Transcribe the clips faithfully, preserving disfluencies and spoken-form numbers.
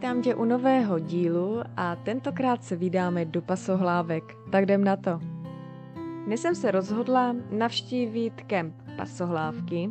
Vítám tě u nového dílu a tentokrát se vydáme do Pasohlávek, tak jdem na to. Dnes jsem se rozhodla navštívit kemp Pasohlávky,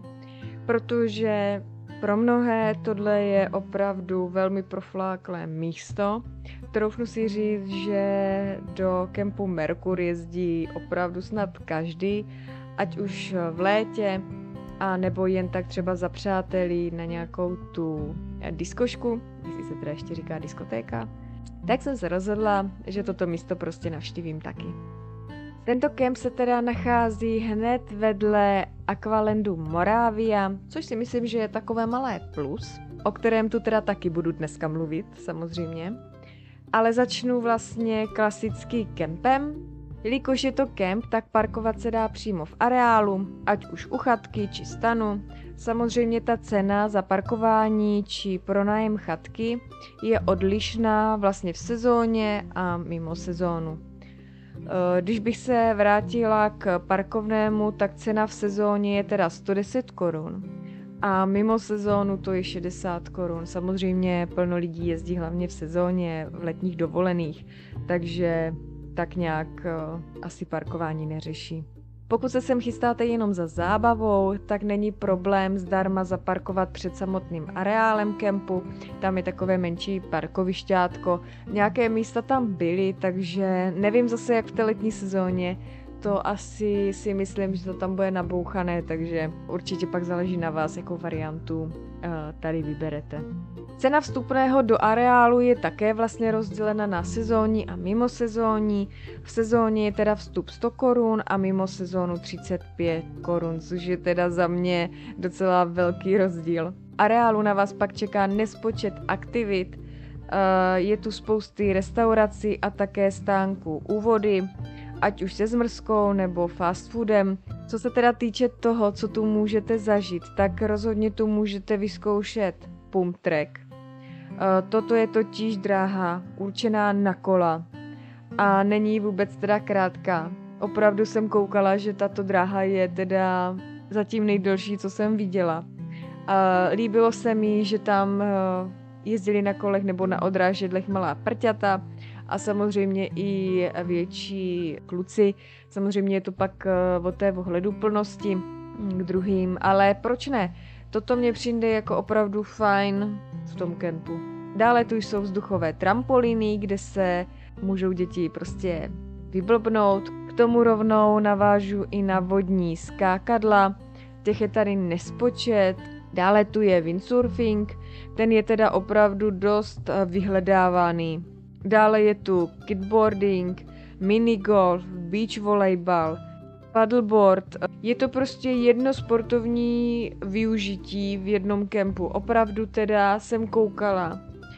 protože pro mnohé tohle je opravdu velmi profláklé místo. Troufnu si říct, že do kempu Merkur jezdí opravdu snad každý, ať už v létě, a nebo jen tak třeba za přátelí na nějakou tu diskošku, jestli se teda ještě říká diskotéka, tak jsem se rozhodla, že toto místo prostě navštívím taky. Tento kemp se teda nachází hned vedle Aqualandu Moravia, což si myslím, že je takové malé plus, o kterém tu teda taky budu dneska mluvit, samozřejmě. Ale začnu vlastně klasický kempem. Jelikož je to kemp, tak parkovat se dá přímo v areálu, ať už u chatky či stanu. Samozřejmě ta cena za parkování či pronájem chatky je odlišná vlastně v sezóně a mimo sezónu. Když bych se vrátila k parkovnému, tak cena v sezóně je teda sto deset korun a mimo sezónu to je šedesát korun. Samozřejmě plno lidí jezdí hlavně v sezóně, v letních dovolených, takže tak nějak uh, asi parkování neřeší. Pokud se sem chystáte jenom za zábavou, tak není problém zdarma zaparkovat před samotným areálem kempu. Tam je takové menší parkovišťátko. Nějaké místa tam byly, takže nevím zase jak v té letní sezóně. To asi si myslím, že to tam bude nabouchané, takže určitě pak záleží na vás, jakou variantu uh, tady vyberete. Cena vstupného do areálu je také vlastně rozdělena na sezónní a mimo sezónní. V sezóně je teda vstup sto korun a mimo sezónu třicet pět korun, což je teda za mě docela velký rozdíl. V areálu na vás pak čeká nespočet aktivit, je tu spousty restaurací a také stánků u vody, ať už se zmrzkou nebo fast foodem. Co se teda týče toho, co tu můžete zažít, tak rozhodně tu můžete vyzkoušet pump track. Toto je totiž dráha určená na kola a není vůbec teda krátká. Opravdu jsem koukala, že tato dráha je teda zatím nejdelší, co jsem viděla. Líbilo se mi, že tam jezdili na kolech nebo na odrážedlech malá prťata a samozřejmě i větší kluci. Samozřejmě je to pak o té ohleduplnosti k druhým, ale proč ne? Toto mě přijde jako opravdu fajn v tom kempu. Dále tu jsou vzduchové trampolíny, kde se můžou děti prostě vyblbnout. K tomu rovnou navážu i na vodní skákadla. Těch je tady nespočet. Dále tu je windsurfing, ten je teda opravdu dost vyhledávaný. Dále je tu kiteboarding, minigolf, beach volejbal, paddleboard. Je to prostě jedno sportovní využití v jednom kempu. Opravdu teda jsem koukala,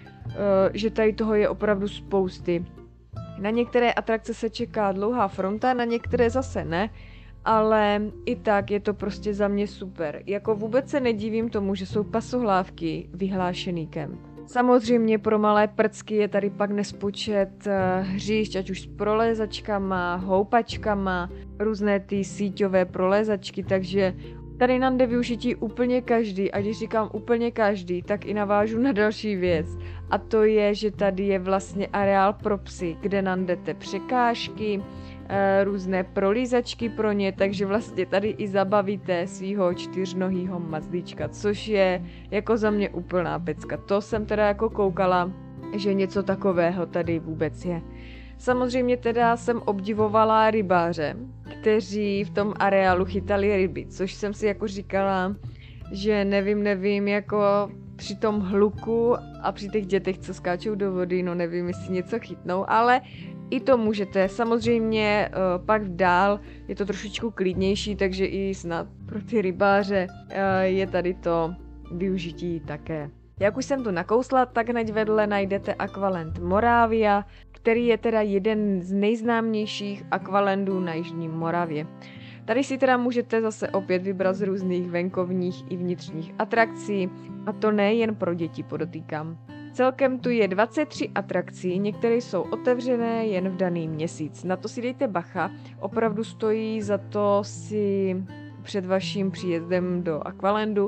že tady toho je opravdu spousty. Na některé atrakce se čeká dlouhá fronta, na některé zase ne, ale i tak je to prostě za mě super. Jako vůbec se nedivím tomu, že jsou Pasohlávky vyhlášený kemp. Samozřejmě pro malé prcky je tady pak nespočet hřišť, ať už s prolézačkama, houpačkama, různé ty síťové prolézačky, takže tady nám jde využití úplně každý. A když říkám úplně každý, tak i navážu na další věc. A to je, že tady je vlastně areál pro psy, kde nám jdete překážky, různé prolízačky pro ně, takže vlastně tady i zabavíte svýho čtyřnohýho mazlíčka, což je jako za mě úplná pecka. To jsem teda jako koukala, že něco takového tady vůbec je. Samozřejmě teda jsem obdivovala rybáře, kteří v tom areálu chytali ryby, což jsem si jako říkala, že nevím, nevím, jako při tom hluku a při těch dětech, co skáčou do vody, no nevím, jestli něco chytnou, ale i to můžete. Samozřejmě pak dál je to trošičku klidnější, takže i snad pro ty rybáře je tady to využití také. Jak už jsem tu nakousla, tak hned vedle najdete Aqualand Moravia, který je teda jeden z nejznámějších aqualandů na Jižní Moravě. Tady si teda můžete zase opět vybrat z různých venkovních i vnitřních atrakcí, a to nejen pro děti, podotýkám. Celkem tu je dvacet tři atrakcí, některé jsou otevřené jen v daný měsíc. Na to si dejte bacha, opravdu stojí za to si před vaším příjezdem do Aqualandu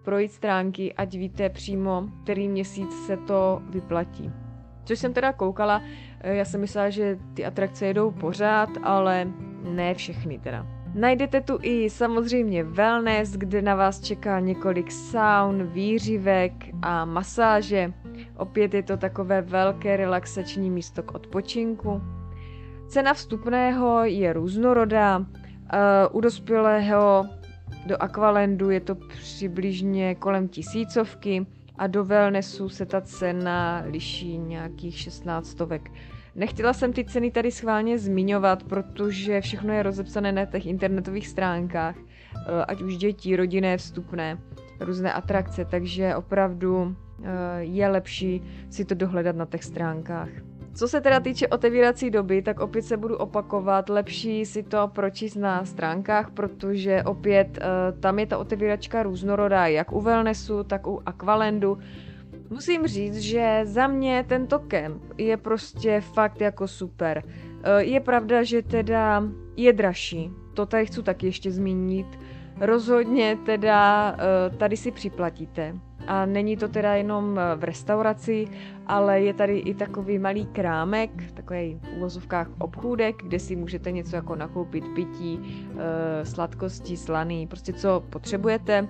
projít stránky, ať víte přímo, který měsíc se to vyplatí. Což jsem teda koukala, já jsem myslela, že ty atrakce jedou pořád, ale ne všechny teda. Najdete tu i samozřejmě wellness, kde na vás čeká několik saun, výřivek a masáže. Opět je to takové velké relaxační místo k odpočinku. Cena vstupného je různorodá. U dospělého do Aqualandu je to přibližně kolem tisícovky a do wellnessu se ta cena liší nějakých šestnáct stovek. Nechtěla jsem ty ceny tady schválně zmiňovat, protože všechno je rozepsané na těch internetových stránkách, ať už děti, rodinné vstupné, různé atrakce, takže opravdu je lepší si to dohledat na těch stránkách. Co se teda týče otevírací doby, tak opět se budu opakovat, lepší si to pročíst na stránkách, protože opět tam je ta otevíračka různorodá, jak u wellnessu, tak u Aqualandu. Musím říct, že za mě tento kemp je prostě fakt jako super. Je pravda, že teda je dražší, to tady chci taky ještě zmínit. Rozhodně teda tady si připlatíte. A není to teda jenom v restauraci, ale je tady i takový malý krámek, takový v uvozovkách obchůdek, kde si můžete něco jako nakoupit pití, sladkosti, slaný, prostě co potřebujete.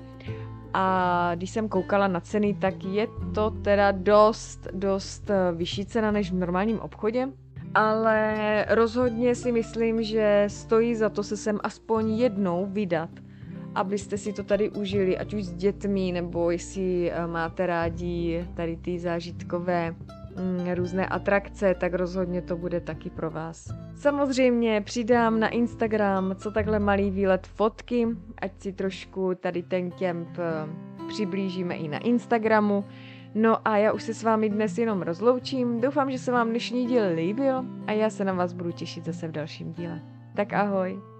A když jsem koukala na ceny, tak je to teda dost, dost vyšší cena než v normálním obchodě. Ale rozhodně si myslím, že stojí za to se sem aspoň jednou vydat, abyste si to tady užili, ať už s dětmi, nebo jestli máte rádi tady ty zážitkové mm, různé atrakce, tak rozhodně to bude taky pro vás. Samozřejmě přidám na Instagram co takhle malý výlet fotky, ať si trošku tady ten kemp přiblížíme i na Instagramu. No a já už se s vámi dnes jenom rozloučím, doufám, že se vám dnešní díl líbil a já se na vás budu těšit zase v dalším díle. Tak ahoj!